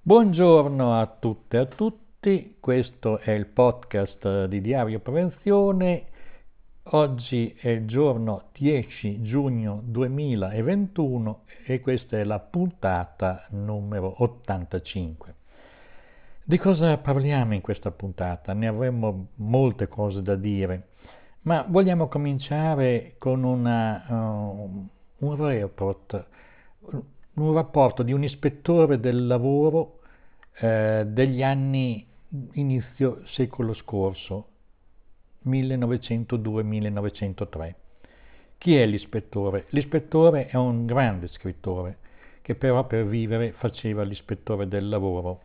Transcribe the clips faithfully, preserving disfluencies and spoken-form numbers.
Buongiorno a tutte e a tutti, questo è il podcast di Diario Prevenzione. Oggi è il giorno dieci giugno duemilaventuno e questa è la puntata numero ottantacinque. Di cosa parliamo in questa puntata? Ne avremmo molte cose da dire, ma vogliamo cominciare con una, uh, un report, un rapporto di un ispettore del lavoro eh, degli anni inizio secolo scorso, millenovecentodue millenovecentotre. Chi è l'ispettore? L'ispettore è un grande scrittore che però per vivere faceva l'ispettore del lavoro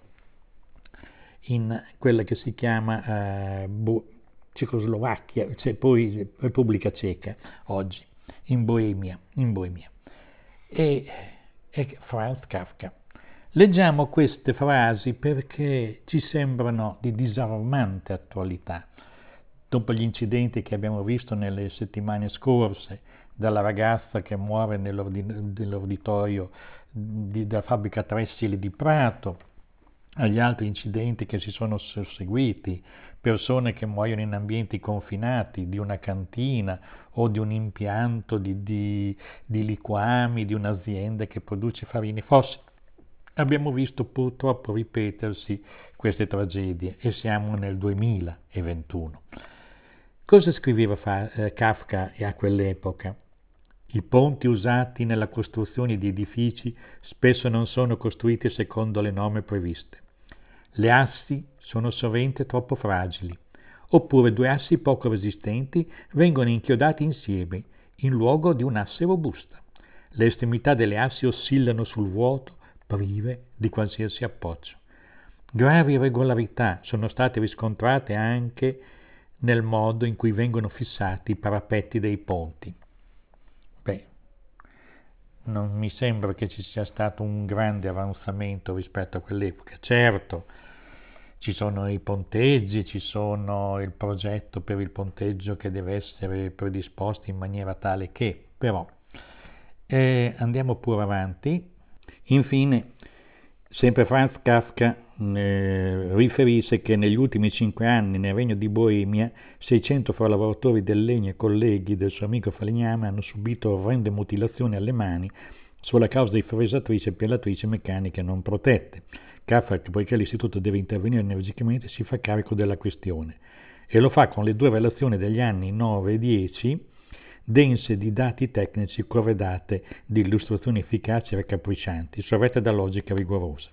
in quella che si chiama eh, Bo- Cecoslovacchia, cioè poi Repubblica Ceca oggi, in Boemia, in Boemia. E, e Franz Kafka. Leggiamo queste frasi perché ci sembrano di disarmante attualità. Dopo gli incidenti che abbiamo visto nelle settimane scorse, dalla ragazza che muore nell'uditorio della fabbrica tessile di Prato, agli altri incidenti che si sono susseguiti, persone che muoiono in ambienti confinati, di una cantina o di un impianto di, di, di liquami, di un'azienda che produce farine. Forse abbiamo visto purtroppo ripetersi queste tragedie e siamo nel duemilaventuno. Cosa scriveva Kafka a quell'epoca? I ponti usati nella costruzione di edifici spesso non sono costruiti secondo le norme previste. Le assi sono sovente troppo fragili, oppure due assi poco resistenti vengono inchiodati insieme in luogo di un'asse robusta. Le estremità delle assi oscillano sul vuoto, prive di qualsiasi appoggio. Gravi irregolarità sono state riscontrate anche nel modo in cui vengono fissati i parapetti dei ponti. Beh, non mi sembra che ci sia stato un grande avanzamento rispetto a quell'epoca. Certo, ci sono i ponteggi, ci sono il progetto per il ponteggio che deve essere predisposto in maniera tale che, però, eh, andiamo pure avanti. Infine, sempre Franz Kafka eh, riferisce che negli ultimi cinque anni nel Regno di Boemia seicento fra lavoratori del legno e colleghi del suo amico falegname hanno subito orrende mutilazioni alle mani sulla causa di fresatrici e piallatrici meccaniche non protette. Kafka, poiché l'istituto deve intervenire energicamente, si fa carico della questione e lo fa con le due relazioni degli anni nove e dieci, dense di dati tecnici corredate di illustrazioni efficaci e raccapriccianti, sorrette da logica rigorosa.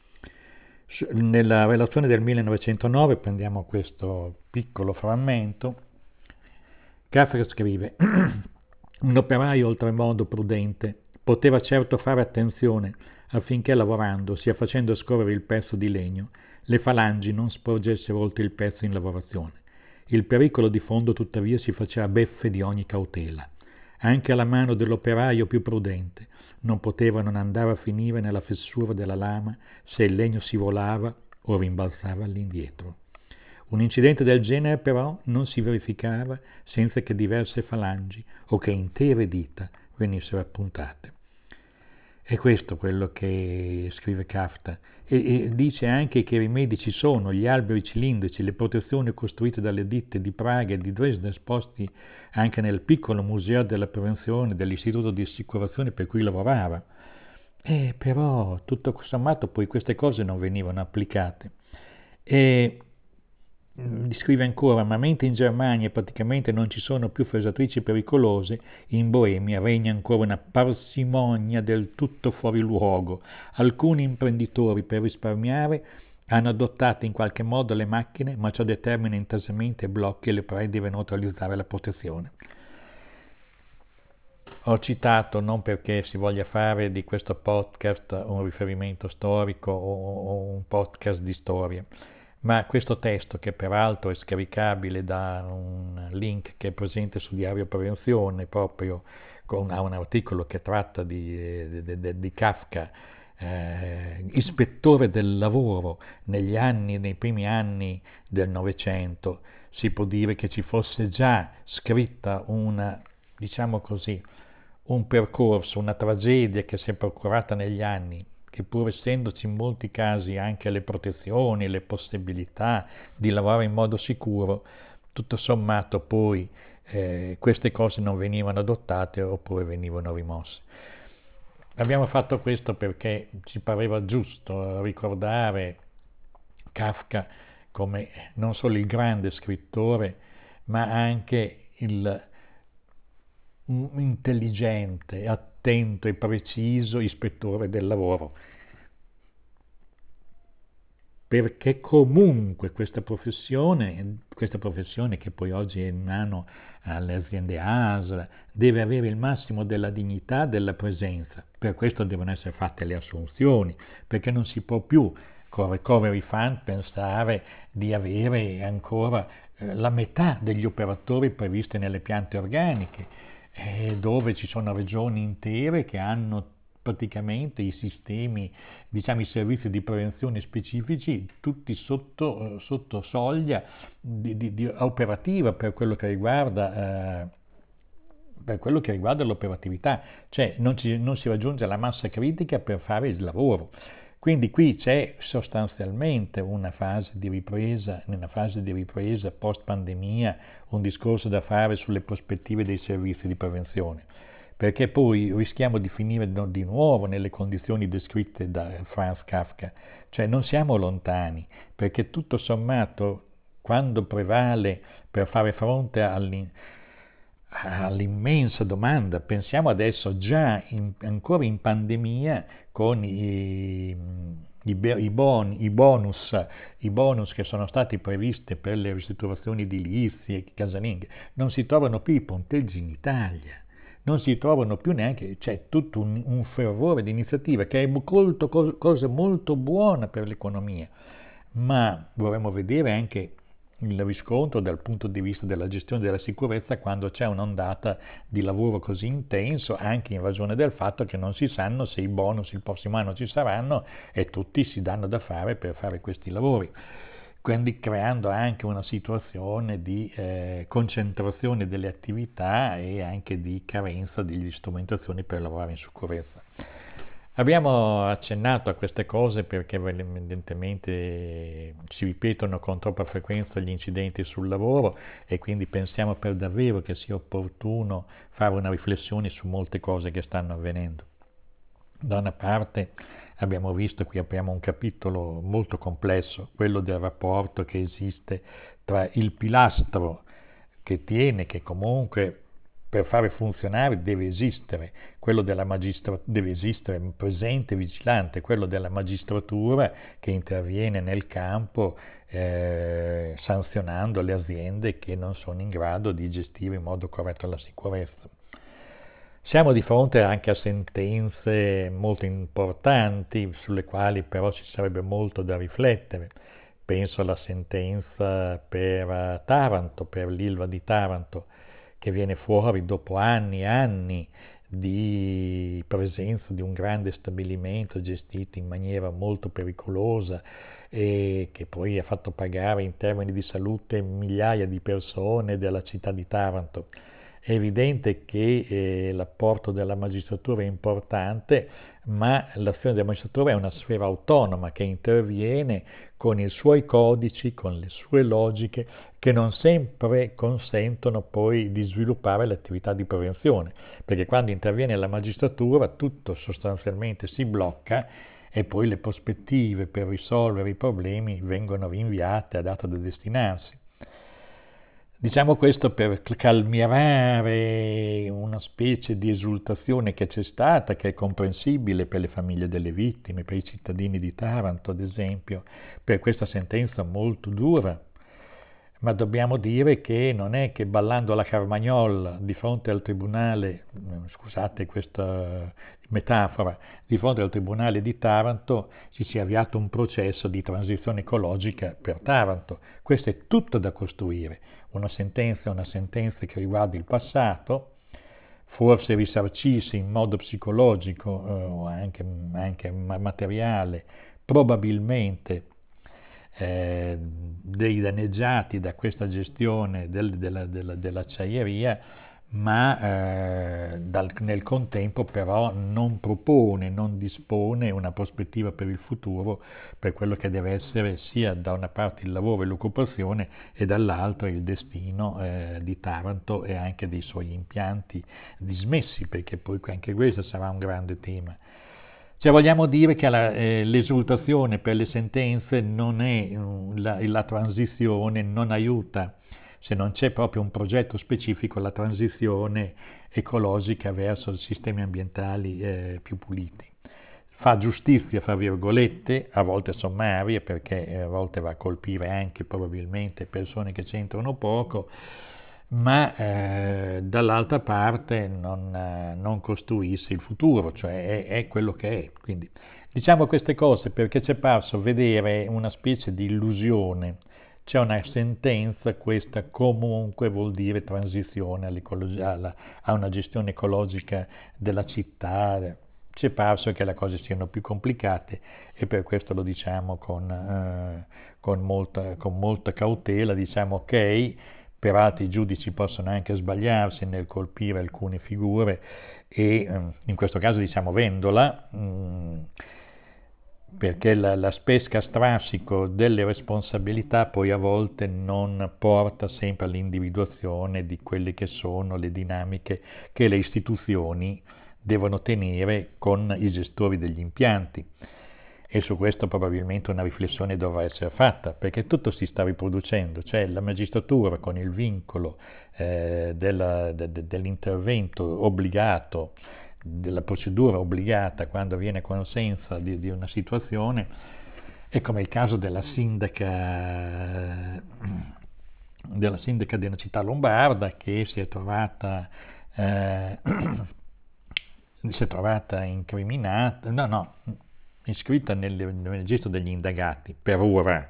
Nella relazione del millenovecentonove, prendiamo questo piccolo frammento, Kafka scrive: un operaio oltremodo prudente poteva certo fare attenzione affinché lavorando, sia facendo scorrere il pezzo di legno, le falangi non sporgessero oltre il pezzo in lavorazione. Il pericolo di fondo tuttavia si faceva beffe di ogni cautela. Anche alla mano dell'operaio più prudente non poteva non andare a finire nella fessura della lama se il legno si volava o rimbalzava all'indietro. Un incidente del genere però non si verificava senza che diverse falangi o che intere dita venissero appuntate. È questo quello che scrive Kafka e, e dice anche che i rimedi ci sono, gli alberi cilindrici, le protezioni costruite dalle ditte di Praga e di Dresda esposti anche nel piccolo museo della prevenzione dell'istituto di assicurazione per cui lavorava. E però tutto sommato poi queste cose non venivano applicate. E scrive ancora: ma mentre in Germania praticamente non ci sono più fresatrici pericolose, in Boemia regna ancora una parsimonia del tutto fuori luogo. Alcuni imprenditori, per risparmiare, hanno adottato in qualche modo le macchine, ma ciò determina intasamenti e blocchi e le operai devono utilizzare la protezione. Ho citato non perché si voglia fare di questo podcast un riferimento storico o un podcast di storia, ma questo testo, che peraltro è scaricabile da un link che è presente su Diario Prevenzione, proprio con un articolo che tratta di, di, di, di Kafka, eh, ispettore del lavoro negli anni, nei primi anni del Novecento, si può dire che ci fosse già scritta una, diciamo così, un percorso, una tragedia che si è procurata negli anni, che pur essendoci in molti casi anche le protezioni, le possibilità di lavorare in modo sicuro, tutto sommato poi eh, queste cose non venivano adottate oppure venivano rimosse. Abbiamo fatto questo perché ci pareva giusto ricordare Kafka come non solo il grande scrittore, ma anche il intelligente, attento e preciso ispettore del lavoro. Perché comunque questa professione, questa professione che poi oggi è in mano alle aziende A S L, deve avere il massimo della dignità, della presenza. Per questo devono essere fatte le assunzioni, perché non si può più con Recovery Fund pensare di avere ancora eh, la metà degli operatori previsti nelle piante organiche, eh, dove ci sono regioni intere che hanno praticamente i sistemi, diciamo i servizi di prevenzione specifici, tutti sotto, sotto soglia di, di, di operativa per quello che riguarda, eh, per quello che riguarda l'operatività, cioè non, ci, non si raggiunge la massa critica per fare il lavoro. Quindi qui c'è sostanzialmente una fase di ripresa, una fase di ripresa post pandemia, un discorso da fare sulle prospettive dei servizi di prevenzione, perché poi rischiamo di finire di nuovo nelle condizioni descritte da Franz Kafka, cioè non siamo lontani, perché tutto sommato quando prevale per fare fronte all'in all'immensa domanda, pensiamo adesso già in, ancora in pandemia con i, i, i, bon, i, bonus, i bonus che sono stati previsti per le ristrutturazioni edilizie, casalinghe, non si trovano più i ponteggi in Italia. Non si trovano più neanche, c'è tutto un, un fervore di iniziativa che è molto, cosa molto buona per l'economia, ma vorremmo vedere anche il riscontro dal punto di vista della gestione della sicurezza quando c'è un'ondata di lavoro così intenso, anche in ragione del fatto che non si sanno se i bonus il prossimo anno ci saranno e tutti si danno da fare per fare questi lavori, quindi creando anche una situazione di eh, concentrazione delle attività e anche di carenza di strumentazioni per lavorare in sicurezza. Abbiamo accennato a queste cose perché evidentemente si ripetono con troppa frequenza gli incidenti sul lavoro e quindi pensiamo per davvero che sia opportuno fare una riflessione su molte cose che stanno avvenendo. Da una parte abbiamo visto, qui apriamo un capitolo molto complesso, quello del rapporto che esiste tra il pilastro che tiene, che comunque per fare funzionare deve esistere, quello della magistratura deve esistere presente, vigilante, quello della magistratura che interviene nel campo eh, sanzionando le aziende che non sono in grado di gestire in modo corretto la sicurezza. Siamo di fronte anche a sentenze molto importanti sulle quali però ci sarebbe molto da riflettere. Penso alla sentenza per Taranto, per l'Ilva di Taranto, che viene fuori dopo anni e anni di presenza di un grande stabilimento gestito in maniera molto pericolosa e che poi ha fatto pagare in termini di salute migliaia di persone della città di Taranto. È evidente che eh, l'apporto della magistratura è importante, ma l'azione della magistratura è una sfera autonoma che interviene con i suoi codici, con le sue logiche, che non sempre consentono poi di sviluppare l'attività di prevenzione, perché quando interviene la magistratura tutto sostanzialmente si blocca e poi le prospettive per risolvere i problemi vengono rinviate a data da destinarsi. Diciamo questo per calmierare una specie di esultazione che c'è stata, che è comprensibile per le famiglie delle vittime, per i cittadini di Taranto ad esempio, per questa sentenza molto dura. Ma dobbiamo dire che non è che ballando la Carmagnola di fronte al tribunale, scusate questa metafora, di fronte al tribunale di Taranto si sia avviato un processo di transizione ecologica per Taranto. Questo è tutto da costruire. Una sentenza è una sentenza che riguarda il passato, forse risarcirsi in modo psicologico eh, o anche, anche materiale, probabilmente eh, dei danneggiati da questa gestione del, della, della, dell'acciaieria, ma eh, dal, nel contempo però non propone, non dispone una prospettiva per il futuro, per quello che deve essere sia da una parte il lavoro e l'occupazione e dall'altra il destino eh, di Taranto e anche dei suoi impianti dismessi, perché poi anche questo sarà un grande tema. Cioè vogliamo dire che la, eh, l'esultazione per le sentenze non è uh, la, la transizione, non aiuta, se non c'è proprio un progetto specifico, la transizione ecologica verso sistemi ambientali eh, più puliti. Fa giustizia, fra virgolette, a volte sommarie, perché a volte va a colpire anche probabilmente persone che c'entrano poco, ma eh, dall'altra parte non, eh, non costruisce il futuro, cioè è, è quello che è. Quindi diciamo queste cose perché ci è parso vedere una specie di illusione. C'è una sentenza, questa comunque vuol dire transizione alla, a una gestione ecologica della città. Ci è parso che le cose siano più complicate e per questo lo diciamo con, eh, con, molta, con molta cautela, diciamo ok, peraltro i giudici possono anche sbagliarsi nel colpire alcune figure e in questo caso diciamo Vendola, mh, perché la, la pesca a strascico delle responsabilità poi a volte non porta sempre all'individuazione di quelle che sono le dinamiche che le istituzioni devono tenere con i gestori degli impianti. E su questo probabilmente una riflessione dovrà essere fatta, perché tutto si sta riproducendo, cioè la magistratura con il vincolo eh, della, de, de, dell'intervento obbligato, della procedura obbligata quando viene conoscenza di, di una situazione, è come il caso della sindaca, della sindaca di una città lombarda che si è trovata, eh, si è trovata incriminata, no, no, iscritta nel, nel registro degli indagati per ora,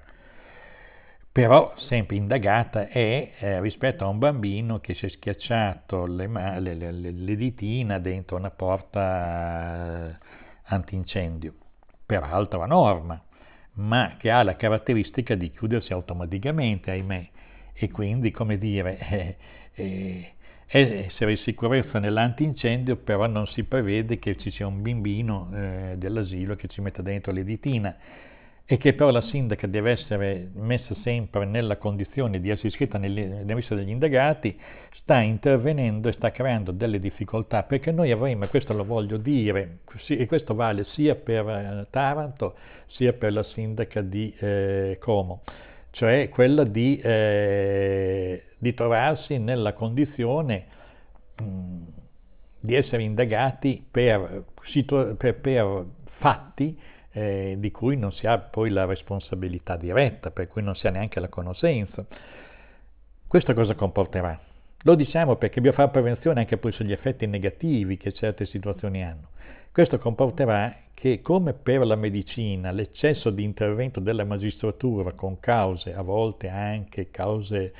però sempre indagata è eh, rispetto a un bambino che si è schiacciato le, le, le, le ditina dentro una porta eh, antincendio, peraltro a norma, ma che ha la caratteristica di chiudersi automaticamente, ahimè, e quindi, come dire, eh, eh, essere in sicurezza nell'antincendio, però non si prevede che ci sia un bambino eh, dell'asilo che ci metta dentro l'editina e che però la sindaca deve essere messa sempre nella condizione di essere iscritta nel registro degli indagati, sta intervenendo e sta creando delle difficoltà, perché noi avremo, e questo lo voglio dire, e questo vale sia per Taranto sia per la sindaca di eh, Como, cioè quella di, eh, di trovarsi nella condizione mh, di essere indagati per, per, per fatti eh, di cui non si ha poi la responsabilità diretta, per cui non si ha neanche la conoscenza. Questo cosa comporterà? Lo diciamo perché dobbiamo fare prevenzione anche poi sugli effetti negativi che certe situazioni hanno. Questo comporterà che, come per la medicina, l'eccesso di intervento della magistratura con cause, a volte anche cause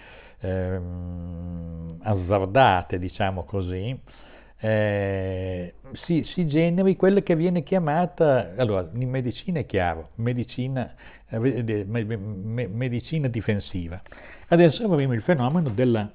ehm, azzardate, diciamo così, eh, si, si generi quella che viene chiamata, allora in medicina è chiaro, medicina, eh, medicina difensiva. Adesso avremo il fenomeno della,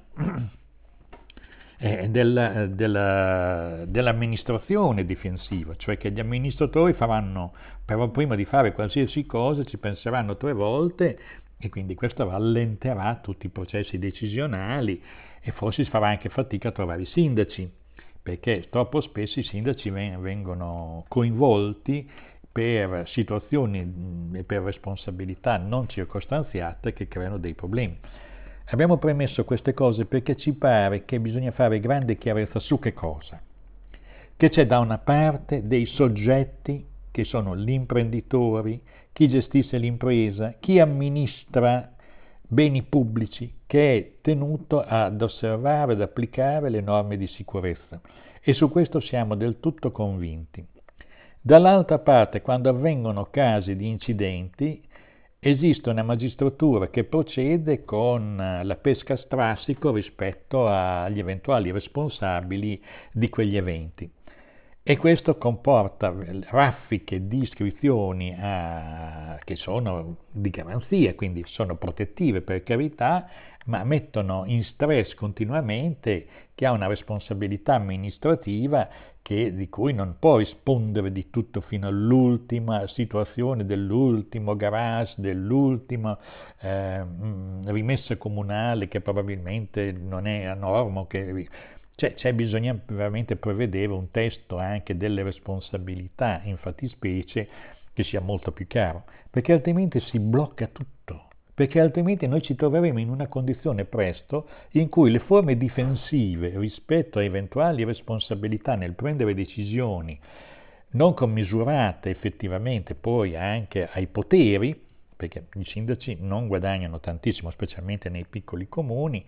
eh, della, della, dell'amministrazione difensiva, cioè che gli amministratori faranno, però prima di fare qualsiasi cosa ci penseranno tre volte e quindi questo rallenterà tutti i processi decisionali e forse si farà anche fatica a trovare i sindaci, perché troppo spesso i sindaci vengono coinvolti per situazioni e per responsabilità non circostanziate che creano dei problemi. Abbiamo premesso queste cose perché ci pare che bisogna fare grande chiarezza su che cosa? Che c'è da una parte dei soggetti che sono gli imprenditori, chi gestisce l'impresa, chi amministra beni pubblici, che è tenuto ad osservare, ad applicare le norme di sicurezza. E su questo siamo del tutto convinti. Dall'altra parte, quando avvengono casi di incidenti, esiste una magistratura che procede con la pesca a strascico rispetto agli eventuali responsabili di quegli eventi. E questo comporta raffiche di iscrizioni a, che sono di garanzia, quindi sono protettive per carità, ma mettono in stress continuamente chi ha una responsabilità amministrativa che, di cui non può rispondere di tutto fino all'ultima situazione dell'ultimo garage, dell'ultima eh, rimessa comunale che probabilmente non è a norma, che Cioè, c'è bisogno veramente prevedere un testo anche delle responsabilità in fattispecie che sia molto più chiaro, perché altrimenti si blocca tutto, perché altrimenti noi ci troveremo in una condizione presto in cui le forme difensive rispetto a eventuali responsabilità nel prendere decisioni non commisurate effettivamente poi anche ai poteri, perché i sindaci non guadagnano tantissimo, specialmente nei piccoli comuni,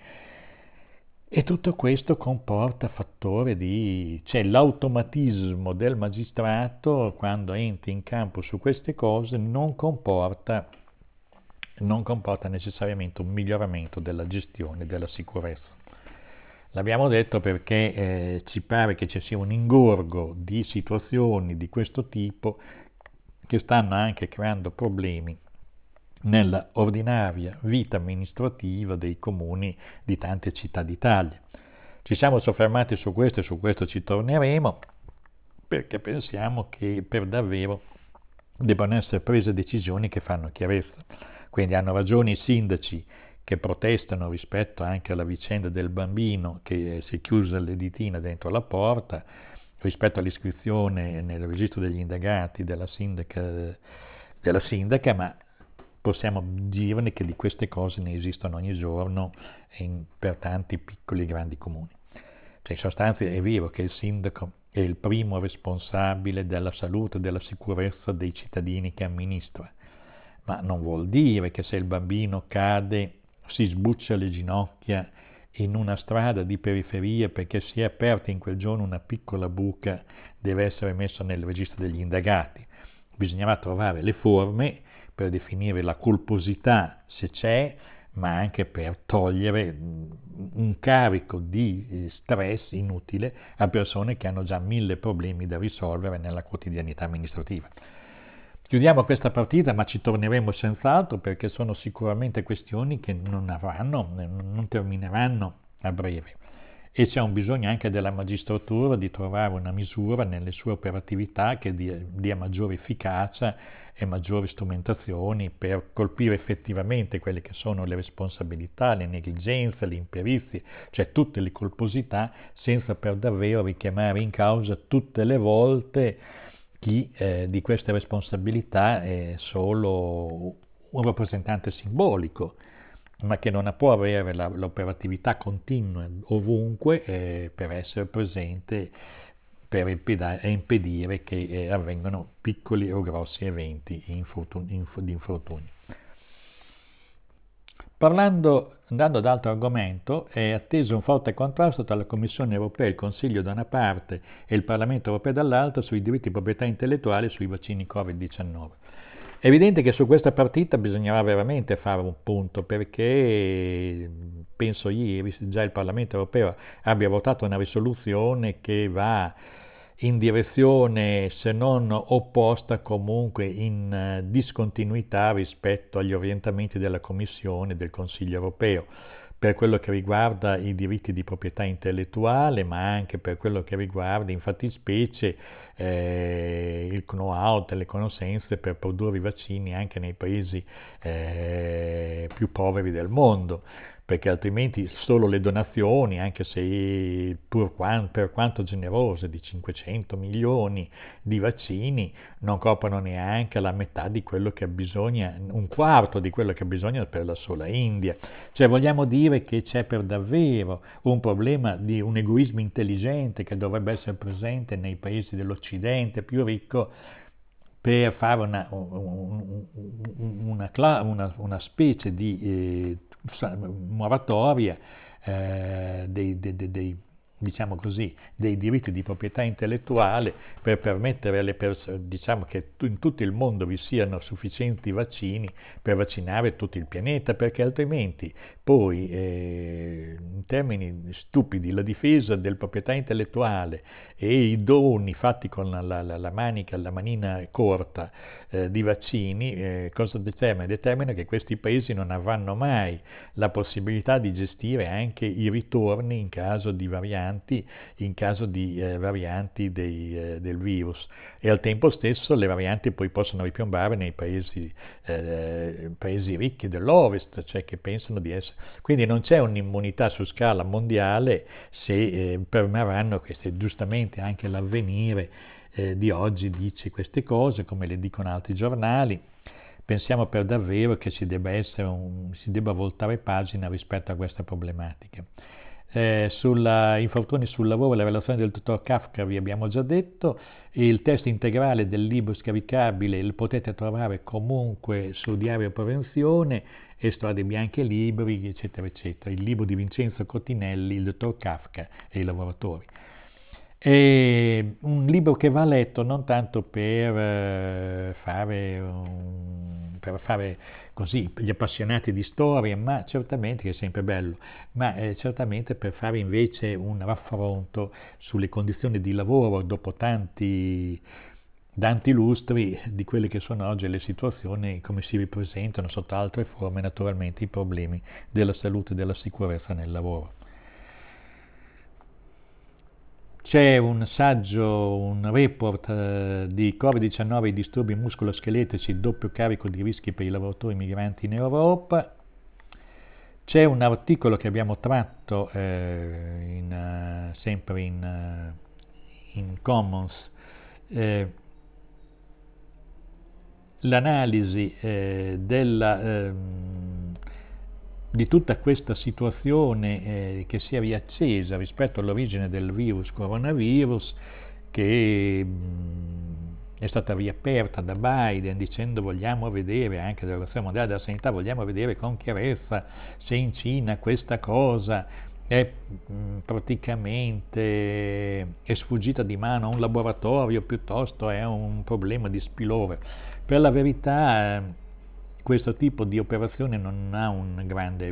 e tutto questo comporta fattore di... cioè l'automatismo del magistrato quando entra in campo su queste cose non comporta, non comporta necessariamente un miglioramento della gestione della sicurezza. L'abbiamo detto perché eh, ci pare che ci sia un ingorgo di situazioni di questo tipo che stanno anche creando problemi nella ordinaria vita amministrativa dei comuni di tante città d'Italia. Ci siamo soffermati su questo e su questo ci torneremo perché pensiamo che per davvero debbano essere prese decisioni che fanno chiarezza. Quindi hanno ragione i sindaci che protestano rispetto anche alla vicenda del bambino che si è chiusa le ditine dentro la porta, rispetto all'iscrizione nel registro degli indagati della sindaca, della sindaca, ma possiamo dirne che di queste cose ne esistono ogni giorno in, per tanti piccoli e grandi comuni. Cioè, in sostanza è vero che il sindaco è il primo responsabile della salute e della sicurezza dei cittadini che amministra, ma non vuol dire che se il bambino cade, si sbuccia le ginocchia in una strada di periferia perché si è aperta in quel giorno una piccola buca, deve essere messo nel registro degli indagati. Bisognerà trovare le forme per definire la colposità se c'è, ma anche per togliere un carico di stress inutile a persone che hanno già mille problemi da risolvere nella quotidianità amministrativa. Chiudiamo questa partita, ma ci torneremo senz'altro perché sono sicuramente questioni che non avranno, non termineranno a breve. E c'è un bisogno anche della magistratura di trovare una misura nelle sue operatività che dia, dia maggiore efficacia e maggiori strumentazioni per colpire effettivamente quelle che sono le responsabilità, le negligenze, le imperizie, cioè tutte le colposità, senza per davvero richiamare in causa tutte le volte chi eh, di queste responsabilità è solo un rappresentante simbolico, ma che non può avere la, l'operatività continua ovunque eh, per essere presente per impedire che eh, avvengano piccoli o grossi eventi di infortuni. Parlando, andando ad altro argomento, è atteso un forte contrasto tra la Commissione europea e il Consiglio da una parte e il Parlamento europeo dall'altra sui diritti di proprietà intellettuale e sui vaccini covid diciannove. È evidente che su questa partita bisognerà veramente fare un punto perché penso ieri già il Parlamento europeo abbia votato una risoluzione che va in direzione se non opposta comunque in discontinuità rispetto agli orientamenti della Commissione e del Consiglio europeo per quello che riguarda i diritti di proprietà intellettuale, ma anche per quello che riguarda in fattispecie eh, il know-how, le conoscenze per produrre i vaccini anche nei paesi eh, più poveri del mondo, perché altrimenti solo le donazioni, anche se pur quanto, per quanto generose, di cinquecento milioni di vaccini, non coprono neanche la metà di quello che bisogna, un quarto di quello che bisogna per la sola India. Cioè vogliamo dire che c'è per davvero un problema di un egoismo intelligente che dovrebbe essere presente nei paesi dell'Occidente più ricco per fare una, una, una, una specie di eh, moratoria eh, dei, dei, dei, diciamo così, dei diritti di proprietà intellettuale per permettere alle persone, diciamo che in tutto il mondo vi siano sufficienti vaccini per vaccinare tutto il pianeta, perché altrimenti poi, eh, in termini stupidi, la difesa della proprietà intellettuale e i doni fatti con la, la, la manica, la manina corta eh, di vaccini, eh, cosa determina? Determina che questi paesi non avranno mai la possibilità di gestire anche i ritorni in caso di varianti, in caso di eh, varianti dei, eh, del virus, e al tempo stesso le varianti poi possono ripiombare nei paesi, eh, paesi ricchi dell'Ovest, cioè che pensano di essere... Quindi non c'è un'immunità su scala mondiale se eh, permarranno queste, giustamente anche l'Avvenire eh, di oggi dice queste cose, come le dicono altri giornali. Pensiamo per davvero che ci debba, essere un, si debba voltare pagina rispetto a questa problematica. Eh, sulla infortuni sul lavoro, la relazione del dottor Kafka vi abbiamo già detto, il testo integrale del libro scaricabile lo potete trovare comunque su Diario Prevenzione e Storie Bianche Libri, eccetera, eccetera. Il libro di Vincenzo Cottinelli, Il dottor Kafka e i lavoratori. È un libro che va letto non tanto per eh, fare, un, per fare così gli appassionati di storia, ma certamente, che è sempre bello, ma eh, certamente per fare invece un raffronto sulle condizioni di lavoro dopo tanti, tanti lustri di quelle che sono oggi le situazioni, come si ripresentano sotto altre forme, naturalmente i problemi della salute e della sicurezza nel lavoro. C'è un saggio, un report eh, di covid diciannove e disturbi muscoloscheletici, doppio carico di rischi per i lavoratori migranti in Europa. C'è un articolo che abbiamo tratto eh, in, uh, sempre in, uh, in Commons, eh, l'analisi eh, della... Ehm, di tutta questa situazione eh, che si è riaccesa rispetto all'origine del virus coronavirus, che mh, è stata riaperta da Biden dicendo vogliamo vedere, anche dall'Organizzazione Mondiale della Sanità, vogliamo vedere con chiarezza se in Cina questa cosa è mh, praticamente è sfuggita di mano a un laboratorio piuttosto è un problema di spillover. Per la verità eh, questo tipo di operazione non ha un grande,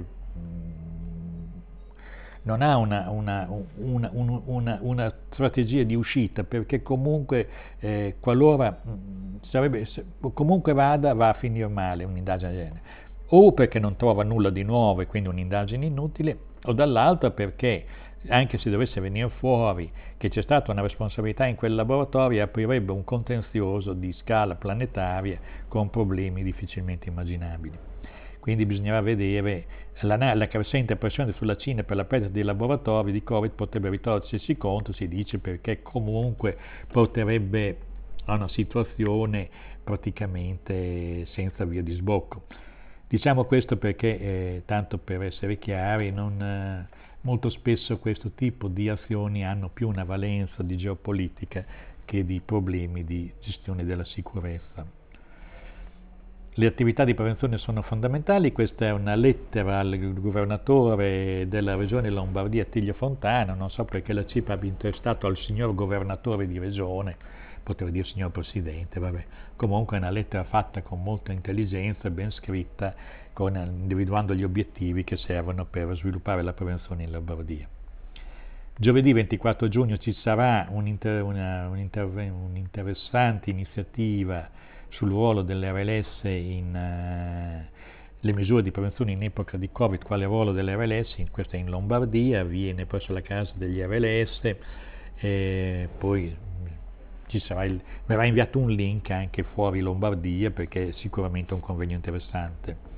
non ha una, una, una, una, una strategia di uscita, perché comunque eh, qualora sarebbe, comunque vada, va a finire male un'indagine del genere, o perché non trova nulla di nuovo e quindi un'indagine inutile, o dall'altra perché anche se dovesse venire fuori che c'è stata una responsabilità in quel laboratorio, aprirebbe un contenzioso di scala planetaria con problemi difficilmente immaginabili. Quindi bisognerà vedere, la, la crescente pressione sulla Cina per la perdita dei laboratori di Covid potrebbe ritorcersi contro, si dice, perché comunque porterebbe a una situazione praticamente senza via di sbocco. Diciamo questo perché, eh, tanto per essere chiari, non... Eh, molto spesso questo tipo di azioni hanno più una valenza di geopolitica che di problemi di gestione della sicurezza. Le attività di prevenzione sono fondamentali, questa è una lettera al governatore della regione Lombardia, Attilio Fontana, non so perché la C I P abbia intestato al signor governatore di regione, poteva dire signor presidente, vabbè. Comunque è una lettera fatta con molta intelligenza, ben scritta, con, individuando gli obiettivi che servono per sviluppare la prevenzione in Lombardia. Giovedì ventiquattro giugno ci sarà un'inter, una, un'interessante iniziativa sul ruolo dell'R L S in uh, le misure di prevenzione in epoca di Covid, quale ruolo dell'R L S, questa è in Lombardia, avviene presso la casa degli R L S, e poi ci sarà il, verrà inviato un link anche fuori Lombardia perché è sicuramente un convegno interessante.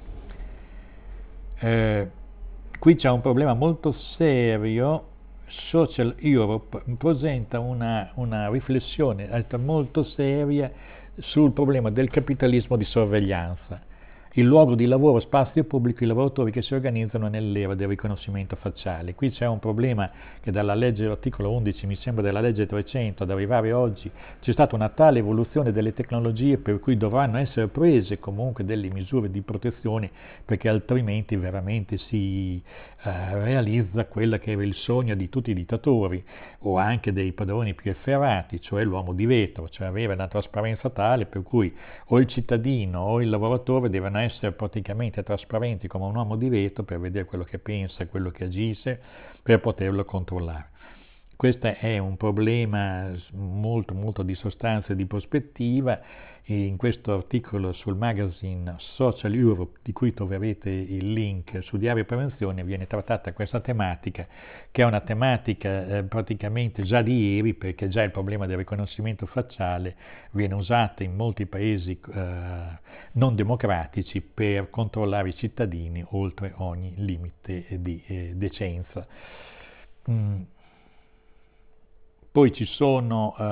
Eh, qui c'è un problema molto serio. Social Europe presenta una, una riflessione molto seria sul problema del capitalismo di sorveglianza. il luogo di lavoro, spazio pubblico, i lavoratori che si organizzano nell'era del riconoscimento facciale. Qui c'è un problema che dalla legge, l'articolo undici, mi sembra, della legge trecento, ad arrivare oggi, c'è stata una tale evoluzione delle tecnologie per cui dovranno essere prese comunque delle misure di protezione, perché altrimenti veramente si eh, realizza quella che era il sogno di tutti i dittatori o anche dei padroni più efferati, cioè l'uomo di vetro, cioè avere una trasparenza tale per cui o il cittadino o il lavoratore devono essere praticamente trasparenti come un uomo di vetro per vedere quello che pensa, quello che agisce, per poterlo controllare. Questo è un problema molto, molto di sostanza e di prospettiva. E in questo articolo sul magazine Social Europe, di cui troverete il link su Diario Prevenzione, viene trattata questa tematica, che è una tematica eh, praticamente già di ieri, perché già il problema del riconoscimento facciale viene usato in molti paesi eh, non democratici per controllare i cittadini oltre ogni limite di eh, decenza. Mm. Poi ci sono uh,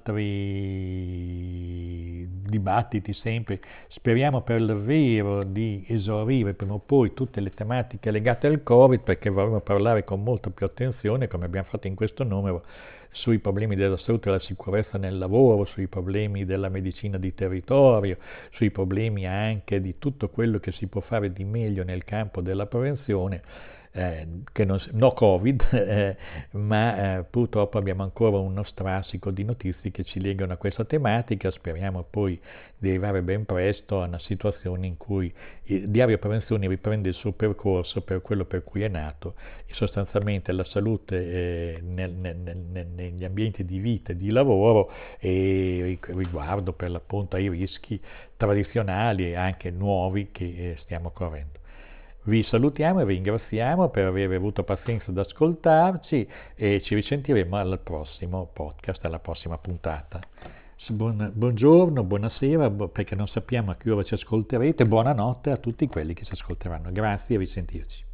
altri dibattiti sempre, speriamo per davvero di esaurire prima o poi tutte le tematiche legate al Covid, perché vorremmo parlare con molta più attenzione, come abbiamo fatto in questo numero, sui problemi della salute e della sicurezza nel lavoro, sui problemi della medicina di territorio, sui problemi anche di tutto quello che si può fare di meglio nel campo della prevenzione. Eh, che non, no Covid, eh, ma eh, purtroppo abbiamo ancora uno strascico di notizie che ci legano a questa tematica. Speriamo poi di arrivare ben presto a una situazione in cui il Diario Prevenzione riprende il suo percorso per quello per cui è nato, e sostanzialmente la salute eh, nel, nel, nel, negli ambienti di vita e di lavoro, e riguardo per l'appunto ai rischi tradizionali e anche nuovi che eh, stiamo correndo. Vi salutiamo e vi ringraziamo per aver avuto pazienza ad ascoltarci, e ci risentiremo al prossimo podcast, alla prossima puntata. Buon, buongiorno, buonasera, perché non sappiamo a che ora ci ascolterete, buonanotte a tutti quelli che ci ascolteranno. Grazie e a risentirci.